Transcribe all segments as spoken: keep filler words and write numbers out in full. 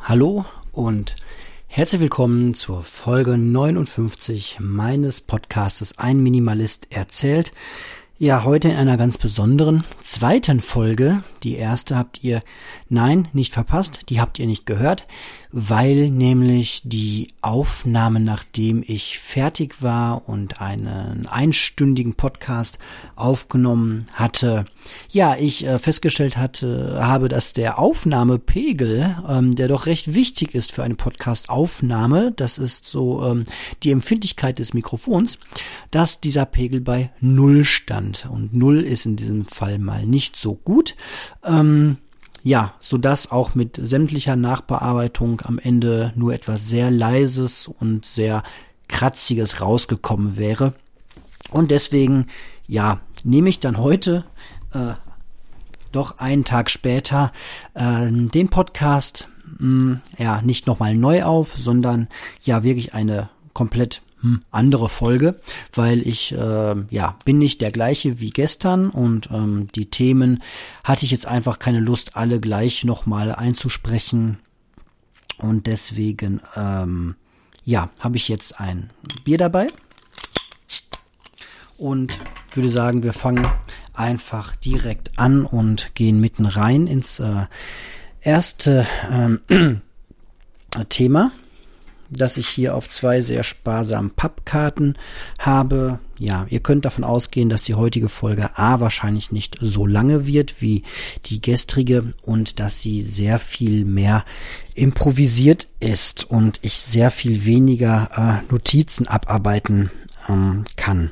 Hallo und herzlich willkommen zur Folge neunundfünfzig meines Podcastes Ein Minimalist erzählt. Ja, heute in einer ganz besonderen zweiten Folge. Die erste habt ihr, nein, nicht verpasst, die habt ihr nicht gehört, weil nämlich die Aufnahme, nachdem ich fertig war und einen einstündigen Podcast aufgenommen hatte, ja, ich äh, festgestellt hatte, habe, dass der Aufnahmepegel, ähm, der doch recht wichtig ist für eine Podcast-Aufnahme, das ist so ähm, die Empfindlichkeit des Mikrofons, dass dieser Pegel bei Null stand. Und Null ist in diesem Fall mal nicht so gut. Ähm, ja, sodass auch mit sämtlicher Nachbearbeitung am Ende nur etwas sehr Leises und sehr Kratziges rausgekommen wäre. Und deswegen, ja, nehme ich dann heute, äh, doch einen Tag später, äh, den Podcast, mh, ja, nicht nochmal neu auf, sondern ja, wirklich eine komplett andere Folge, weil ich äh, ja bin nicht der gleiche wie gestern und ähm, die Themen hatte ich jetzt einfach keine Lust, alle gleich nochmal einzusprechen und deswegen ähm, ja habe ich jetzt ein Bier dabei und würde sagen, wir fangen einfach direkt an und gehen mitten rein ins äh, erste ähm, Thema, dass ich hier auf zwei sehr sparsamen Pappkarten habe. Ja, ihr könnt davon ausgehen, dass die heutige Folge A wahrscheinlich nicht so lange wird wie die gestrige und dass sie sehr viel mehr improvisiert ist und ich sehr viel weniger äh, Notizen abarbeiten ähm, kann.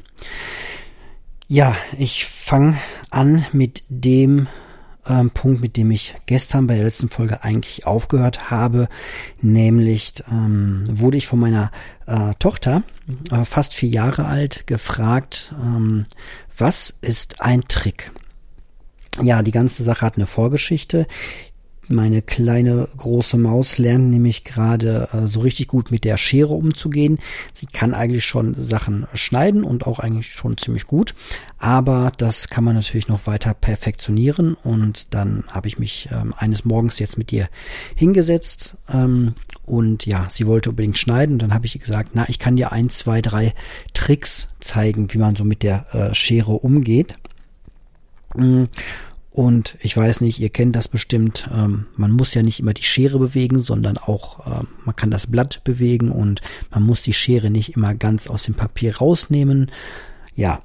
Ja, ich fange an mit dem Ähm, Punkt, mit dem ich gestern bei der letzten Folge eigentlich aufgehört habe, nämlich ähm, wurde ich von meiner äh, Tochter, äh, fast vier Jahre alt, gefragt, ähm, was ist ein Trick? Ja, die ganze Sache hat eine Vorgeschichte. Meine kleine große Maus lernt nämlich gerade äh, so richtig gut mit der Schere umzugehen. Sie kann eigentlich schon Sachen schneiden und auch eigentlich schon ziemlich gut, aber das kann man natürlich noch weiter perfektionieren und dann habe ich mich ähm, eines Morgens jetzt mit ihr hingesetzt ähm, und ja, sie wollte unbedingt schneiden und dann habe ich ihr gesagt, na, ich kann dir ein, zwei, drei Tricks zeigen, wie man so mit der äh, Schere umgeht. Mm. Und ich weiß nicht, ihr kennt das bestimmt, ähm, man muss ja nicht immer die Schere bewegen, sondern auch, ähm, man kann das Blatt bewegen und man muss die Schere nicht immer ganz aus dem Papier rausnehmen. Ja,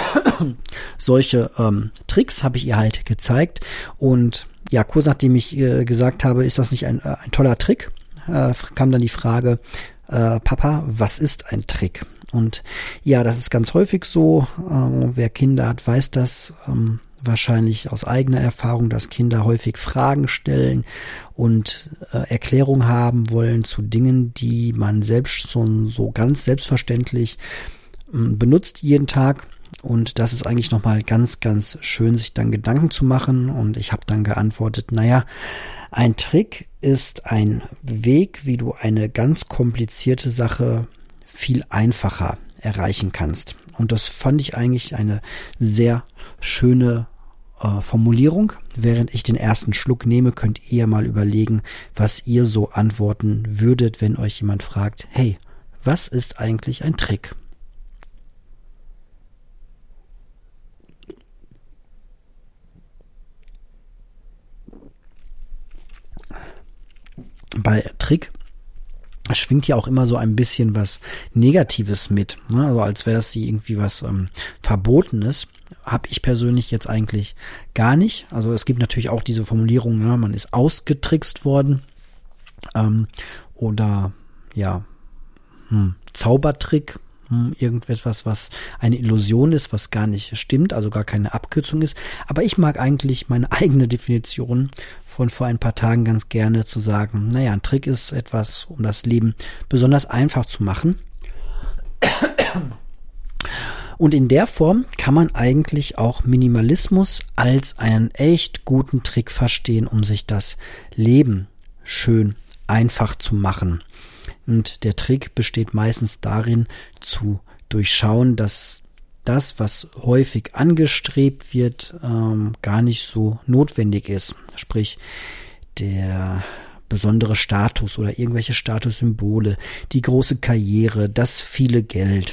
solche ähm, Tricks habe ich ihr halt gezeigt und ja, kurz nachdem ich äh, gesagt habe, ist das nicht ein, äh, ein toller Trick, äh, kam dann die Frage, äh, Papa, was ist ein Trick? Und ja, das ist ganz häufig so, äh, wer Kinder hat, weiß das, ähm, wahrscheinlich aus eigener Erfahrung, dass Kinder häufig Fragen stellen und äh, Erklärung haben wollen zu Dingen, die man selbst so, so ganz selbstverständlich äh, benutzt jeden Tag. Und das ist eigentlich nochmal ganz, ganz schön, sich dann Gedanken zu machen. Und ich habe dann geantwortet, naja, ein Trick ist ein Weg, wie du eine ganz komplizierte Sache viel einfacher erreichen kannst. Und das fand ich eigentlich eine sehr schöne äh, Formulierung. Während ich den ersten Schluck nehme, könnt ihr mal überlegen, was ihr so antworten würdet, wenn euch jemand fragt, hey, was ist eigentlich ein Trick? Bei Trick schwingt ja auch immer so ein bisschen was Negatives mit, ne? Also als wäre das irgendwie was ähm, Verbotenes. Habe ich persönlich jetzt eigentlich gar nicht. Also es gibt natürlich auch diese Formulierung, ne? Man ist ausgetrickst worden ähm, oder ja hm, Zaubertrick, hm, irgendetwas, was eine Illusion ist, was gar nicht stimmt, also gar keine Abkürzung ist. Aber ich mag eigentlich meine eigene Definition von vor ein paar Tagen ganz gerne zu sagen, naja, ein Trick ist etwas, um das Leben besonders einfach zu machen. Und in der Form kann man eigentlich auch Minimalismus als einen echt guten Trick verstehen, um sich das Leben schön einfach zu machen. Und der Trick besteht meistens darin, zu durchschauen, dass das, was häufig angestrebt wird, ähm, gar nicht so notwendig ist. Sprich, der besondere Status oder irgendwelche Statussymbole, die große Karriere, das viele Geld,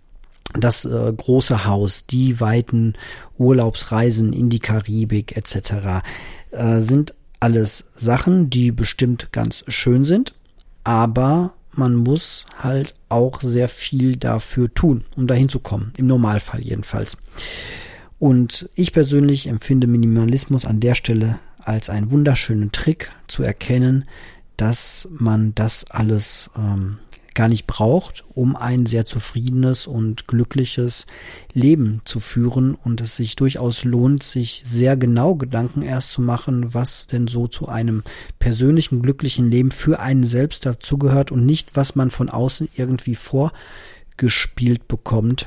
das äh, große Haus, die weiten Urlaubsreisen in die Karibik et cetera äh, sind alles Sachen, die bestimmt ganz schön sind, aber man muss halt auch sehr viel dafür tun, um dahin zu kommen, im Normalfall jedenfalls. Und ich persönlich empfinde Minimalismus an der Stelle als einen wunderschönen Trick zu erkennen, dass man das alles ähm, gar nicht braucht, um ein sehr zufriedenes und glückliches Leben zu führen und es sich durchaus lohnt, sich sehr genau Gedanken erst zu machen, was denn so zu einem persönlichen, glücklichen Leben für einen selbst dazugehört und nicht, was man von außen irgendwie vorgespielt bekommt,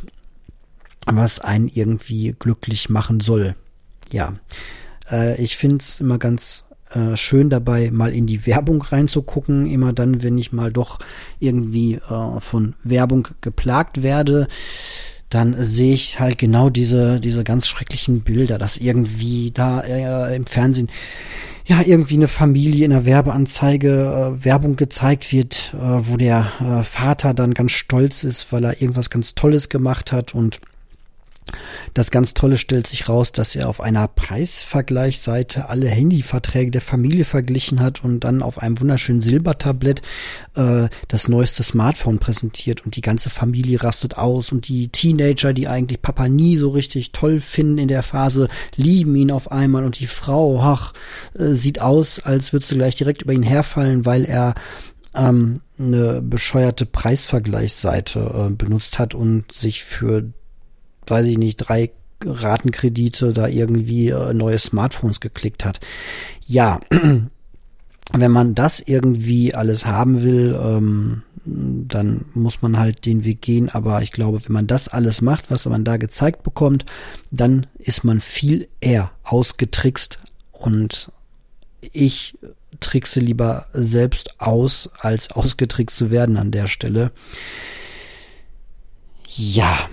was einen irgendwie glücklich machen soll. Ja, äh, ich finde es immer ganz schön dabei, mal in die Werbung reinzugucken. Immer dann, wenn ich mal doch irgendwie äh, von Werbung geplagt werde, dann sehe ich halt genau diese diese ganz schrecklichen Bilder, dass irgendwie da äh, im Fernsehen ja irgendwie eine Familie in einer Werbeanzeige äh, Werbung gezeigt wird, äh, wo der äh, Vater dann ganz stolz ist, weil er irgendwas ganz Tolles gemacht hat, und das ganz Tolle stellt sich raus, dass er auf einer Preisvergleichsseite alle Handyverträge der Familie verglichen hat und dann auf einem wunderschönen Silbertablett äh, das neueste Smartphone präsentiert, und die ganze Familie rastet aus, und die Teenager, die eigentlich Papa nie so richtig toll finden in der Phase, lieben ihn auf einmal, und die Frau, ach, äh, sieht aus, als würde sie gleich direkt über ihn herfallen, weil er ähm, eine bescheuerte Preisvergleichsseite äh, benutzt hat und sich für, weiß ich nicht, drei Ratenkredite da irgendwie äh, neue Smartphones geklickt hat. Ja, wenn man das irgendwie alles haben will, ähm, dann muss man halt den Weg gehen. Aber ich glaube, wenn man das alles macht, was man da gezeigt bekommt, dann ist man viel eher ausgetrickst, und ich trickse lieber selbst aus, als ausgetrickst zu werden an der Stelle. Ja.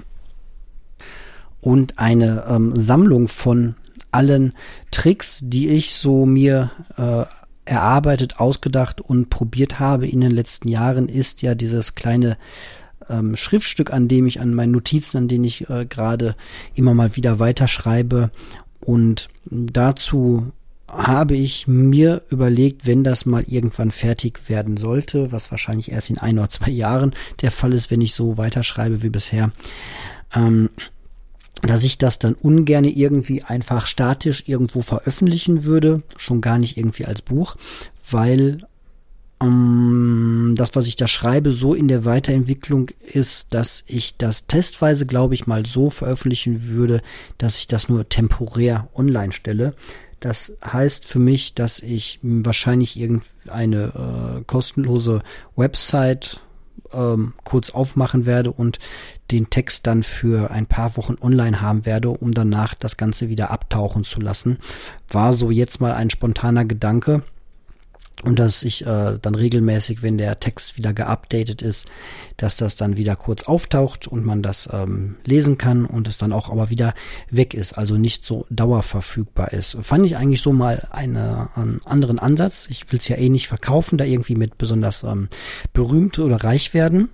Und eine ähm, Sammlung von allen Tricks, die ich so mir äh, erarbeitet, ausgedacht und probiert habe in den letzten Jahren, ist ja dieses kleine ähm, Schriftstück, an dem ich, an meinen Notizen, an denen ich äh, gerade immer mal wieder weiterschreibe. Und dazu habe ich mir überlegt, wenn das mal irgendwann fertig werden sollte, was wahrscheinlich erst in ein oder zwei Jahren der Fall ist, wenn ich so weiterschreibe wie bisher, ähm, dass ich das dann ungern irgendwie einfach statisch irgendwo veröffentlichen würde, schon gar nicht irgendwie als Buch, weil ähm, das, was ich da schreibe, so in der Weiterentwicklung ist, dass ich das testweise, glaube ich, mal so veröffentlichen würde, dass ich das nur temporär online stelle. Das heißt für mich, dass ich wahrscheinlich irgendeine äh, kostenlose Website ähm, kurz aufmachen werde und den Text dann für ein paar Wochen online haben werde, um danach das Ganze wieder abtauchen zu lassen. War so jetzt mal ein spontaner Gedanke. Und dass ich äh, dann regelmäßig, wenn der Text wieder geupdatet ist, dass das dann wieder kurz auftaucht und man das ähm, lesen kann und es dann auch aber wieder weg ist, also nicht so dauerverfügbar ist. Fand ich eigentlich so mal eine, einen anderen Ansatz. Ich will es ja eh nicht verkaufen, da irgendwie mit besonders ähm, berühmt oder reich werden.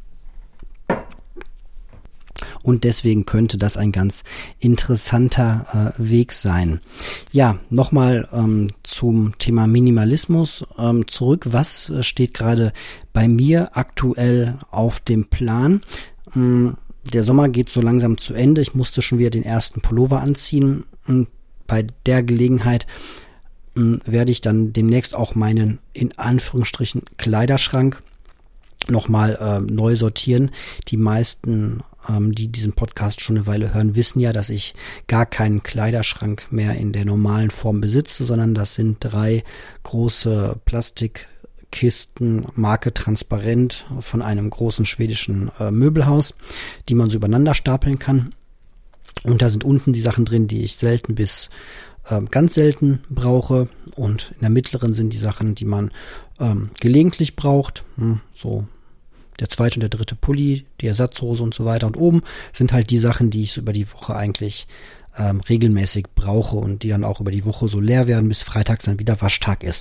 Und deswegen könnte das ein ganz interessanter äh, Weg sein. Ja, nochmal ähm, zum Thema Minimalismus ähm, zurück. Was äh, steht gerade bei mir aktuell auf dem Plan? Ähm, der Sommer geht so langsam zu Ende. Ich musste schon wieder den ersten Pullover anziehen. Und bei der Gelegenheit ähm, werde ich dann demnächst auch meinen, in Anführungsstrichen, Kleiderschrank nochmal äh, neu sortieren. Die meisten, ähm, die diesen Podcast schon eine Weile hören, wissen ja, dass ich gar keinen Kleiderschrank mehr in der normalen Form besitze, sondern das sind drei große Plastikkisten, Marke Transparent, von einem großen schwedischen äh, Möbelhaus, die man so übereinander stapeln kann. Und da sind unten die Sachen drin, die ich selten bis äh, ganz selten brauche. Und in der mittleren sind die Sachen, die man ähm, gelegentlich braucht, hm, so der zweite und der dritte Pulli, die Ersatzhose und so weiter. Und oben sind halt die Sachen, die ich so über die Woche eigentlich ähm, regelmäßig brauche und die dann auch über die Woche so leer werden, bis freitags dann wieder Waschtag ist.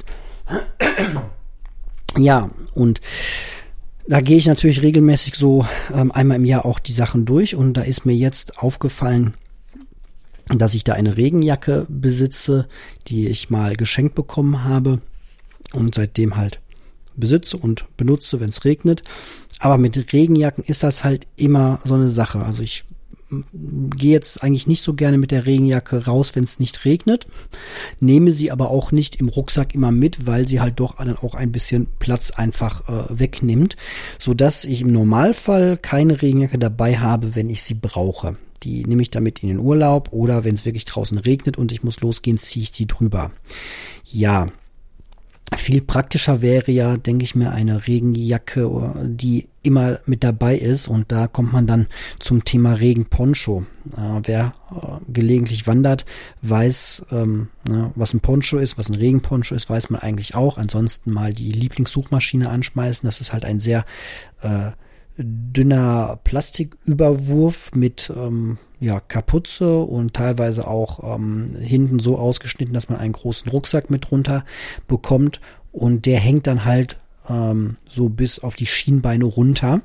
Ja, und da gehe ich natürlich regelmäßig so ähm, einmal im Jahr auch die Sachen durch und da ist mir jetzt aufgefallen, dass ich da eine Regenjacke besitze, die ich mal geschenkt bekommen habe und seitdem halt besitze und benutze, wenn es regnet. Aber mit Regenjacken ist das halt immer so eine Sache. Also ich gehe jetzt eigentlich nicht so gerne mit der Regenjacke raus, wenn es nicht regnet, nehme sie aber auch nicht im Rucksack immer mit, weil sie halt doch dann auch ein bisschen Platz einfach äh, wegnimmt, sodass ich im Normalfall keine Regenjacke dabei habe, wenn ich sie brauche. Die nehme ich damit in den Urlaub oder wenn es wirklich draußen regnet und ich muss losgehen, ziehe ich die drüber. Ja, viel praktischer wäre ja, denke ich mir, eine Regenjacke, die immer mit dabei ist und da kommt man dann zum Thema Regenponcho. Äh, wer äh, gelegentlich wandert, weiß, ähm, ne, was ein Poncho ist, was ein Regenponcho ist, weiß man eigentlich auch. Ansonsten mal die Lieblingssuchmaschine anschmeißen. Das ist halt ein sehr äh, dünner Plastiküberwurf mit ähm, ja, Kapuze und teilweise auch ähm, hinten so ausgeschnitten, dass man einen großen Rucksack mit runter bekommt und der hängt dann halt ähm, so bis auf die Schienbeine runter.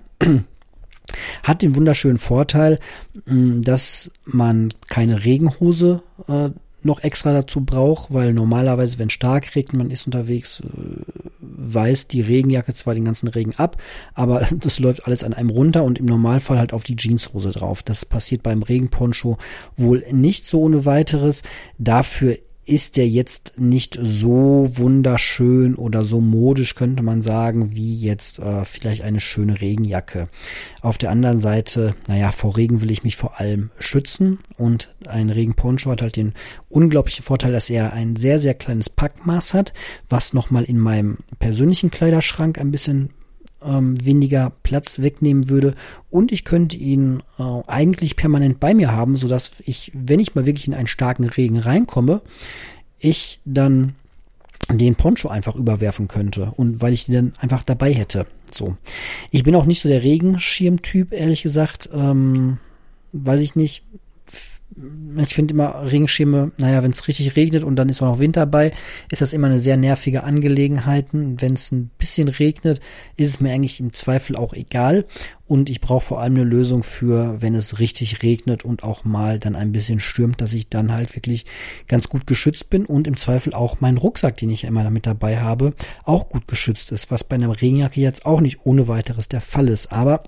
Hat den wunderschönen Vorteil, mh, dass man keine Regenhose äh, noch extra dazu braucht, weil normalerweise, wenn stark regnet, man ist unterwegs, weist die Regenjacke zwar den ganzen Regen ab, aber das läuft alles an einem runter und im Normalfall halt auf die Jeanshose drauf. Das passiert beim Regenponcho wohl nicht so ohne weiteres. Dafür ist der jetzt nicht so wunderschön oder so modisch, könnte man sagen, wie jetzt äh, vielleicht eine schöne Regenjacke. Auf der anderen Seite, naja, vor Regen will ich mich vor allem schützen und ein Regenponcho hat halt den unglaublichen Vorteil, dass er ein sehr, sehr kleines Packmaß hat, was nochmal in meinem persönlichen Kleiderschrank ein bisschen ähm, weniger Platz wegnehmen würde und ich könnte ihn äh, eigentlich permanent bei mir haben, sodass ich, wenn ich mal wirklich in einen starken Regen reinkomme, ich dann den Poncho einfach überwerfen könnte und weil ich den dann einfach dabei hätte. So, ich bin auch nicht so der Regenschirmtyp, ehrlich gesagt, ähm, weiß ich nicht. Ich finde immer Regenschirme, naja, wenn es richtig regnet und dann ist auch noch Wind dabei, ist das immer eine sehr nervige Angelegenheit. Wenn es ein bisschen regnet, ist es mir eigentlich im Zweifel auch egal. Und ich brauche vor allem eine Lösung für, wenn es richtig regnet und auch mal dann ein bisschen stürmt, dass ich dann halt wirklich ganz gut geschützt bin und im Zweifel auch mein Rucksack, den ich immer damit dabei habe, auch gut geschützt ist, was bei einer Regenjacke jetzt auch nicht ohne weiteres der Fall ist. Aber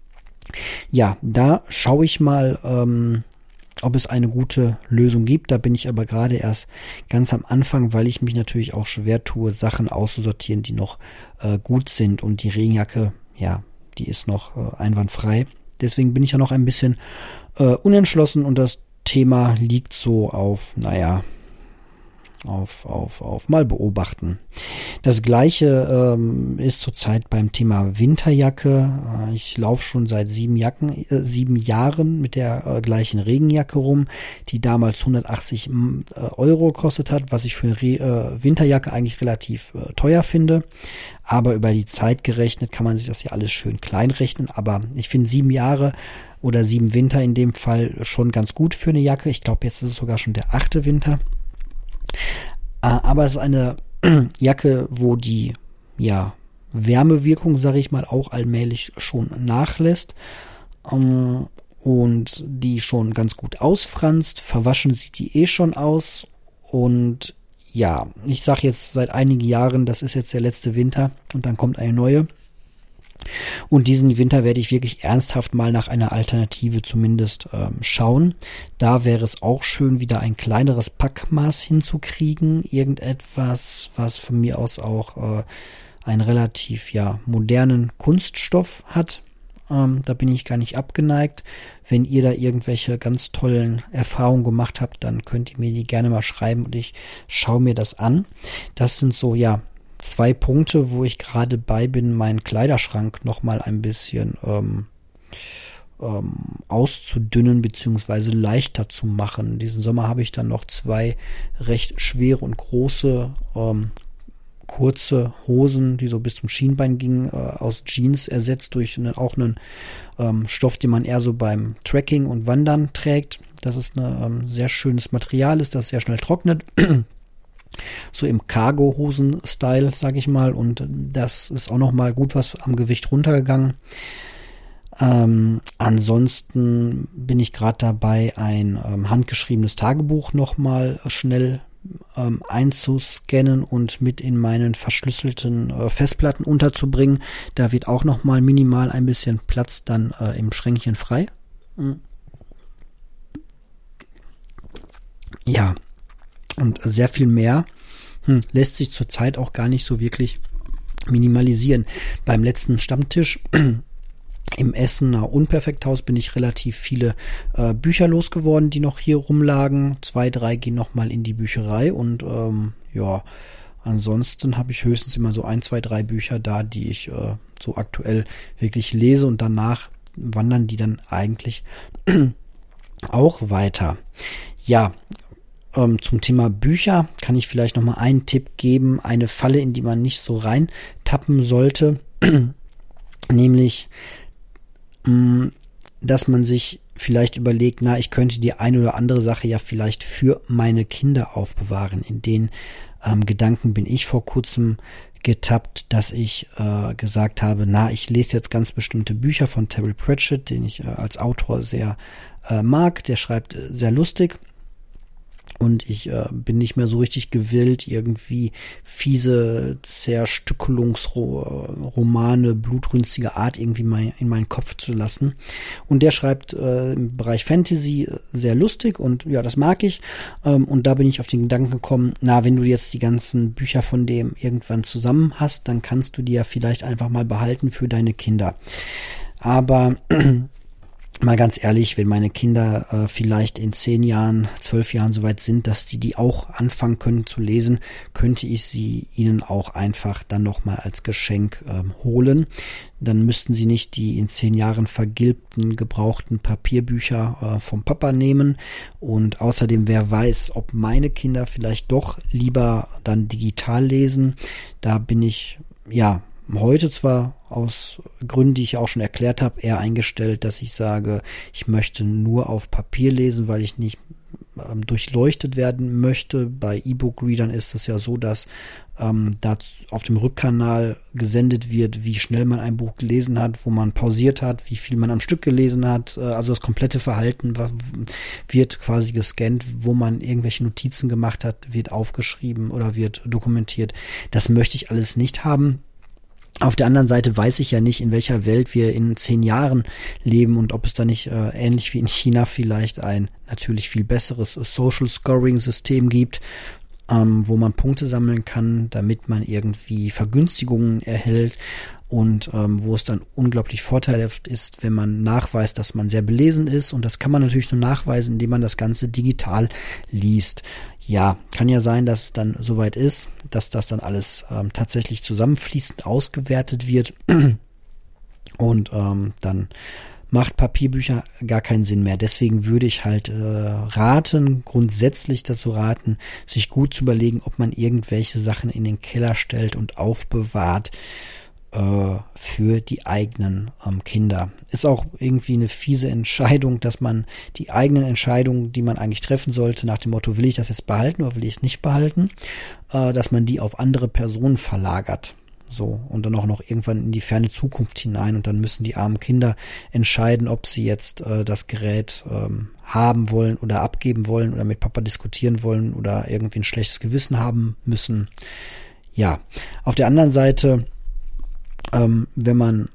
ja, da schaue ich mal, ähm, ob es eine gute Lösung gibt. Da bin ich aber gerade erst ganz am Anfang, weil ich mich natürlich auch schwer tue, Sachen auszusortieren, die noch äh, gut sind. Und die Regenjacke, ja, die ist noch äh, einwandfrei. Deswegen bin ich ja noch ein bisschen äh, unentschlossen und das Thema liegt so auf, naja, auf, auf, auf mal beobachten. Das Gleiche ähm, ist zurzeit beim Thema Winterjacke. Äh, ich laufe schon seit sieben Jacken, äh, sieben Jahren mit der äh, gleichen Regenjacke rum, die damals hundertachtzig äh, Euro gekostet hat, was ich für eine Re- äh, Winterjacke eigentlich relativ äh, teuer finde. Aber über die Zeit gerechnet kann man sich das ja alles schön klein rechnen. Aber ich finde sieben Jahre oder sieben Winter in dem Fall schon ganz gut für eine Jacke. Ich glaube, jetzt ist es sogar schon der achte Winter. Aber es ist eine Jacke, wo die ja Wärmewirkung, sage ich mal, auch allmählich schon nachlässt ähm, und die schon ganz gut ausfranst. Verwaschen sieht die eh schon aus und ja, ich sage jetzt seit einigen Jahren, das ist jetzt der letzte Winter und dann kommt eine neue. Und diesen Winter werde ich wirklich ernsthaft mal nach einer Alternative zumindest ähm, schauen. Da wäre es auch schön, wieder ein kleineres Packmaß hinzukriegen. Irgendetwas, was von mir aus auch äh, einen relativ ja modernen Kunststoff hat. Ähm, da bin ich gar nicht abgeneigt. Wenn ihr da irgendwelche ganz tollen Erfahrungen gemacht habt, dann könnt ihr mir die gerne mal schreiben und ich schaue mir das an. Das sind so, ja, zwei Punkte, wo ich gerade bei bin, meinen Kleiderschrank nochmal ein bisschen ähm, ähm, auszudünnen beziehungsweise leichter zu machen. Diesen Sommer habe ich dann noch zwei recht schwere und große ähm, kurze Hosen, die so bis zum Schienbein gingen, äh, aus Jeans ersetzt durch einen, auch einen ähm, Stoff, den man eher so beim Trekking und Wandern trägt. Das ist ein ähm, sehr schönes Material, ist das sehr schnell trocknet. so im Cargo-Hosen-Style, sag ich mal, und das ist auch nochmal gut was am Gewicht runtergegangen. Ähm, ansonsten bin ich gerade dabei, ein ähm, handgeschriebenes Tagebuch nochmal schnell ähm, einzuscannen und mit in meinen verschlüsselten äh, Festplatten unterzubringen. Da wird auch nochmal minimal ein bisschen Platz dann äh, im Schränkchen frei. Mhm. Ja, und sehr viel mehr hm, lässt sich zurzeit auch gar nicht so wirklich minimalisieren. Beim letzten Stammtisch im Essener Unperfekthaus bin ich relativ viele äh, Bücher losgeworden, die noch hier rumlagen. Zwei, drei gehen nochmal in die Bücherei und ähm, ja, ansonsten habe ich höchstens immer so ein, zwei, drei Bücher da, die ich äh, so aktuell wirklich lese und danach wandern die dann eigentlich auch weiter. Ja, ähm, zum Thema Bücher kann ich vielleicht nochmal einen Tipp geben, eine Falle, in die man nicht so reintappen sollte, nämlich dass man sich vielleicht überlegt, na, ich könnte die eine oder andere Sache ja vielleicht für meine Kinder aufbewahren. In den ähm, Gedanken bin ich vor kurzem getappt, dass ich äh, gesagt habe, na, ich lese jetzt ganz bestimmte Bücher von Terry Pratchett, den ich äh, als Autor sehr äh, mag. Der schreibt äh, sehr lustig. Und ich äh, bin nicht mehr so richtig gewillt, irgendwie fiese Zerstückelungsromane, blutrünstige Art irgendwie mein, in meinen Kopf zu lassen. Und der schreibt äh, im Bereich Fantasy sehr lustig und ja, das mag ich. Ähm, und da bin ich auf den Gedanken gekommen, na, wenn du jetzt die ganzen Bücher von dem irgendwann zusammen hast, dann kannst du die ja vielleicht einfach mal behalten für deine Kinder. Aber mal ganz ehrlich, wenn meine Kinder äh, vielleicht in zehn Jahren, zwölf Jahren soweit sind, dass die die auch anfangen können zu lesen, könnte ich sie ihnen auch einfach dann nochmal als Geschenk ähm, holen. Dann müssten sie nicht die in zehn Jahren vergilbten, gebrauchten Papierbücher äh, vom Papa nehmen. Und außerdem, wer weiß, ob meine Kinder vielleicht doch lieber dann digital lesen. Da bin ich, ja, heute zwar aus Gründen, die ich auch schon erklärt habe, eher eingestellt, dass ich sage, ich möchte nur auf Papier lesen, weil ich nicht ähm, durchleuchtet werden möchte. Bei E-Book-Readern ist es ja so, dass ähm, da auf dem Rückkanal gesendet wird, wie schnell man ein Buch gelesen hat, wo man pausiert hat, wie viel man am Stück gelesen hat. Äh, also das komplette Verhalten wird quasi gescannt, wo man irgendwelche Notizen gemacht hat, wird aufgeschrieben oder wird dokumentiert. Das möchte ich alles nicht haben. Auf der anderen Seite weiß ich ja nicht, in welcher Welt wir in zehn Jahren leben und ob es da nicht äh, ähnlich wie in China vielleicht ein natürlich viel besseres Social Scoring System gibt, ähm, wo man Punkte sammeln kann, damit man irgendwie Vergünstigungen erhält und ähm, wo es dann unglaublich vorteilhaft ist, wenn man nachweist, dass man sehr belesen ist, und das kann man natürlich nur nachweisen, indem man das Ganze digital liest. Ja, kann ja sein, dass es dann soweit ist, dass das dann alles ähm, tatsächlich zusammenfließend ausgewertet wird und ähm, dann macht Papierbücher gar keinen Sinn mehr. Deswegen würde ich halt äh, raten, grundsätzlich dazu raten, sich gut zu überlegen, ob man irgendwelche Sachen in den Keller stellt und aufbewahrt für die eigenen ähm, Kinder. Ist auch irgendwie eine fiese Entscheidung, dass man die eigenen Entscheidungen, die man eigentlich treffen sollte, nach dem Motto, will ich das jetzt behalten oder will ich es nicht behalten, äh, dass man die auf andere Personen verlagert. So, und dann auch noch irgendwann in die ferne Zukunft hinein, und dann müssen die armen Kinder entscheiden, ob sie jetzt äh, das Gerät ähm, haben wollen oder abgeben wollen oder mit Papa diskutieren wollen oder irgendwie ein schlechtes Gewissen haben müssen. Ja, auf der anderen Seite, Ähm, wenn man,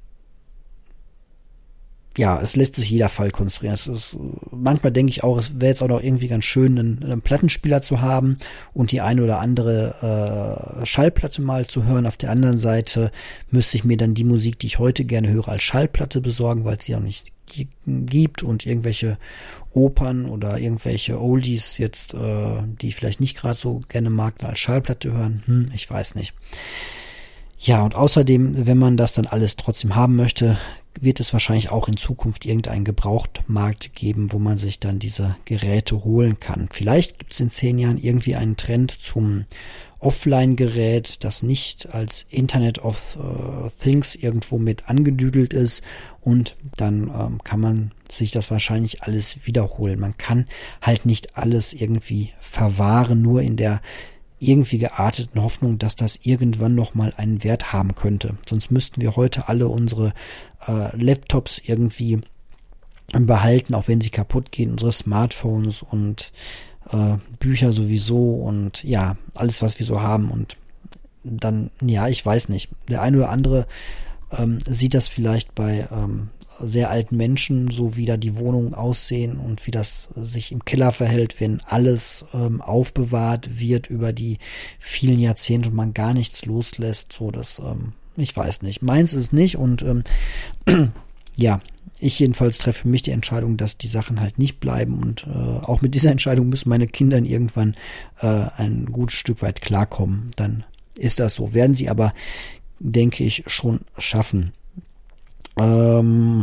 ja, es lässt sich jeder Fall konstruieren. Es ist, manchmal denke ich auch, es wäre jetzt auch noch irgendwie ganz schön, einen, einen Plattenspieler zu haben und die eine oder andere äh, Schallplatte mal zu hören. Auf der anderen Seite müsste ich mir dann die Musik, die ich heute gerne höre, als Schallplatte besorgen, weil es sie auch nicht gibt, und irgendwelche Opern oder irgendwelche Oldies jetzt, äh, die ich vielleicht nicht gerade so gerne mag, als Schallplatte hören. Hm, ich weiß nicht. Ja, und außerdem, wenn man das dann alles trotzdem haben möchte, wird es wahrscheinlich auch in Zukunft irgendeinen Gebrauchtmarkt geben, wo man sich dann diese Geräte holen kann. Vielleicht gibt es in zehn Jahren irgendwie einen Trend zum Offline-Gerät, das nicht als Internet of uh, Things irgendwo mit angedüdelt ist, und dann ähm, kann man sich das wahrscheinlich alles wiederholen. Man kann halt nicht alles irgendwie verwahren, nur in der irgendwie gearteten Hoffnung, dass das irgendwann nochmal einen Wert haben könnte. Sonst müssten wir heute alle unsere äh, Laptops irgendwie behalten, auch wenn sie kaputt gehen, unsere Smartphones und äh, Bücher sowieso und ja, alles, was wir so haben. Und dann, ja, ich weiß nicht. Der eine oder andere ähm, sieht das vielleicht bei ähm, sehr alten Menschen, so wie da die Wohnungen aussehen und wie das sich im Keller verhält, wenn alles ähm, aufbewahrt wird über die vielen Jahrzehnte und man gar nichts loslässt. So, das, ähm, ich weiß nicht. Meins ist nicht und ähm, ja, ich jedenfalls treffe für mich die Entscheidung, dass die Sachen halt nicht bleiben und äh, auch mit dieser Entscheidung müssen meine Kinder irgendwann äh, ein gutes Stück weit klarkommen. Dann ist das so. Werden sie aber, denke ich, schon schaffen. Ähm,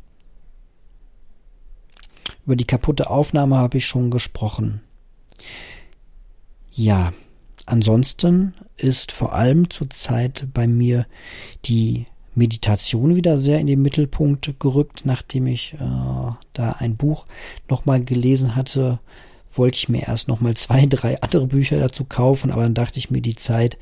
über die kaputte Aufnahme habe ich schon gesprochen. Ja, ansonsten ist vor allem zurzeit bei mir die Meditation wieder sehr in den Mittelpunkt gerückt. Nachdem ich äh, da ein Buch nochmal gelesen hatte, wollte ich mir erst nochmal zwei, drei andere Bücher dazu kaufen, aber dann dachte ich mir, die Zeit,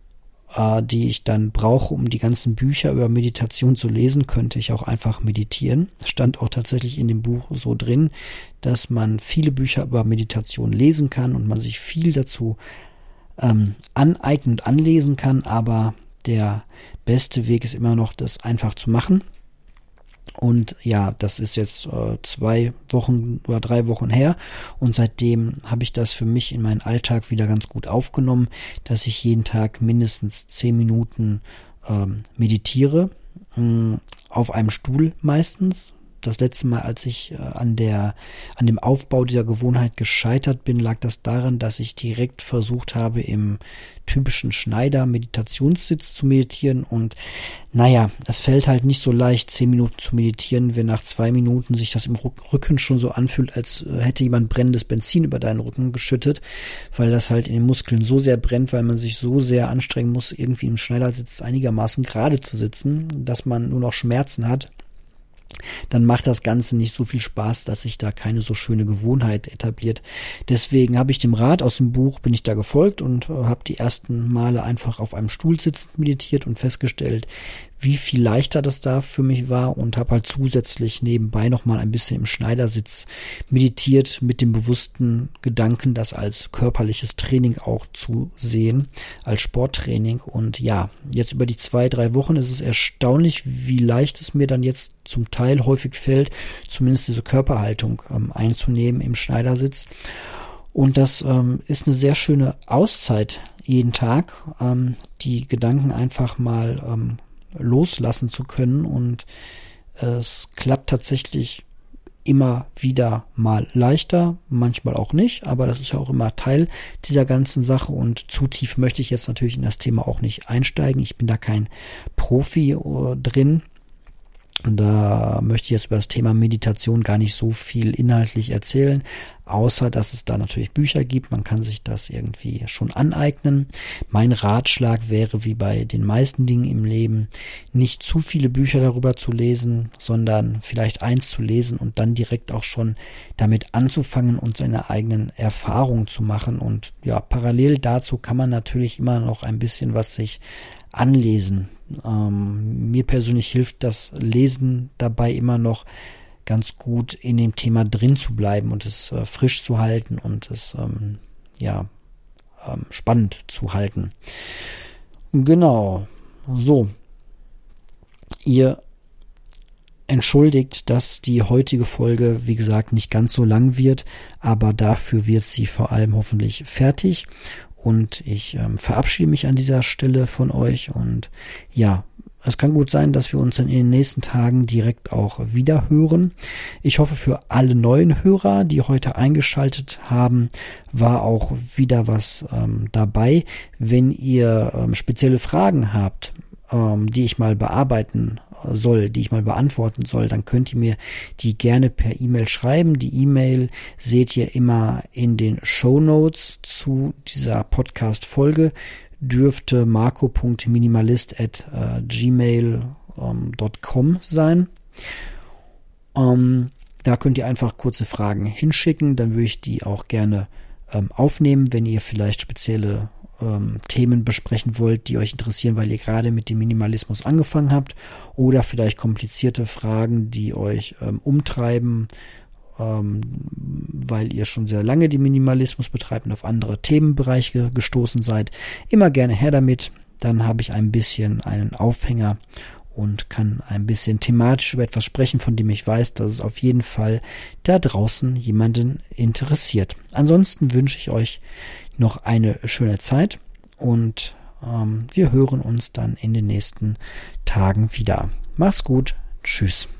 äh, die ich dann brauche, um die ganzen Bücher über Meditation zu lesen, könnte ich auch einfach meditieren. Das stand auch tatsächlich in dem Buch so drin, dass man viele Bücher über Meditation lesen kann und man sich viel dazu ähm, aneignen und anlesen kann, aber der beste Weg ist immer noch, das einfach zu machen. Und ja, das ist jetzt äh, zwei Wochen oder drei Wochen her und seitdem habe ich das für mich in meinen Alltag wieder ganz gut aufgenommen, dass ich jeden Tag mindestens zehn Minuten ähm, meditiere, mh, auf einem Stuhl meistens. Das letzte Mal, als ich äh, an der an dem Aufbau dieser Gewohnheit gescheitert bin, lag das daran, dass ich direkt versucht habe, im typischen Schneider-Meditationssitz zu meditieren und naja, es fällt halt nicht so leicht, zehn Minuten zu meditieren, wenn nach zwei Minuten sich das im Rücken schon so anfühlt, als hätte jemand brennendes Benzin über deinen Rücken geschüttet, weil das halt in den Muskeln so sehr brennt, weil man sich so sehr anstrengen muss, irgendwie im Schneidersitz einigermaßen gerade zu sitzen, dass man nur noch Schmerzen hat. Dann macht das Ganze nicht so viel Spaß, dass sich da keine so schöne Gewohnheit etabliert. Deswegen habe ich dem Rat aus dem Buch, bin ich da gefolgt und äh, habe die ersten Male einfach auf einem Stuhl sitzend meditiert und festgestellt, wie viel leichter das da für mich war und habe halt zusätzlich nebenbei nochmal ein bisschen im Schneidersitz meditiert mit dem bewussten Gedanken, das als körperliches Training auch zu sehen, als Sporttraining. Und ja, jetzt über die zwei, drei Wochen ist es erstaunlich, wie leicht es mir dann jetzt zum Teil häufig fällt, zumindest diese Körperhaltung ähm, einzunehmen im Schneidersitz. Und das ähm, ist eine sehr schöne Auszeit jeden Tag, ähm, die Gedanken einfach mal ähm, loslassen zu können und es klappt tatsächlich immer wieder mal leichter, manchmal auch nicht, aber das ist ja auch immer Teil dieser ganzen Sache und zu tief möchte ich jetzt natürlich in das Thema auch nicht einsteigen. Ich bin da kein Profi uh, drin. Und da möchte ich jetzt über das Thema Meditation gar nicht so viel inhaltlich erzählen, außer dass es da natürlich Bücher gibt. Man kann sich das irgendwie schon aneignen. Mein Ratschlag wäre, wie bei den meisten Dingen im Leben, nicht zu viele Bücher darüber zu lesen, sondern vielleicht eins zu lesen und dann direkt auch schon damit anzufangen und seine eigenen Erfahrungen zu machen. Und ja, parallel dazu kann man natürlich immer noch ein bisschen was sich anlesen. Ähm, mir persönlich hilft das Lesen dabei immer noch ganz gut in dem Thema drin zu bleiben und es äh, frisch zu halten und es ähm, ja ähm, spannend zu halten. Genau. So. Ihr entschuldigt, dass die heutige Folge, wie gesagt, nicht ganz so lang wird, aber dafür wird sie vor allem hoffentlich fertig. Und ich ähm, verabschiede mich an dieser Stelle von euch und ja, es kann gut sein, dass wir uns dann in den nächsten Tagen direkt auch wieder hören. Ich hoffe, für alle neuen Hörer, die heute eingeschaltet haben, war auch wieder was ähm, dabei. Wenn ihr ähm, spezielle Fragen habt, ähm, die ich mal bearbeiten soll, die ich mal beantworten soll, dann könnt ihr mir die gerne per E-Mail schreiben. Die E-Mail seht ihr immer in den Shownotes zu dieser Podcast-Folge. Dürfte marco punkt minimalist at gmail punkt com sein. Ähm, da könnt ihr einfach kurze Fragen hinschicken, dann würde ich die auch gerne ähm, aufnehmen, wenn ihr vielleicht spezielle ähm, Themen besprechen wollt, die euch interessieren, weil ihr gerade mit dem Minimalismus angefangen habt, oder vielleicht komplizierte Fragen, die euch ähm, umtreiben, ähm, weil ihr schon sehr lange den Minimalismus betreibt und auf andere Themenbereiche gestoßen seid. Immer gerne her damit, dann habe ich ein bisschen einen Aufhänger und kann ein bisschen thematisch über etwas sprechen, von dem ich weiß, dass es auf jeden Fall da draußen jemanden interessiert. Ansonsten wünsche ich euch noch eine schöne Zeit und ähm, wir hören uns dann in den nächsten Tagen wieder. Macht's gut. Tschüss.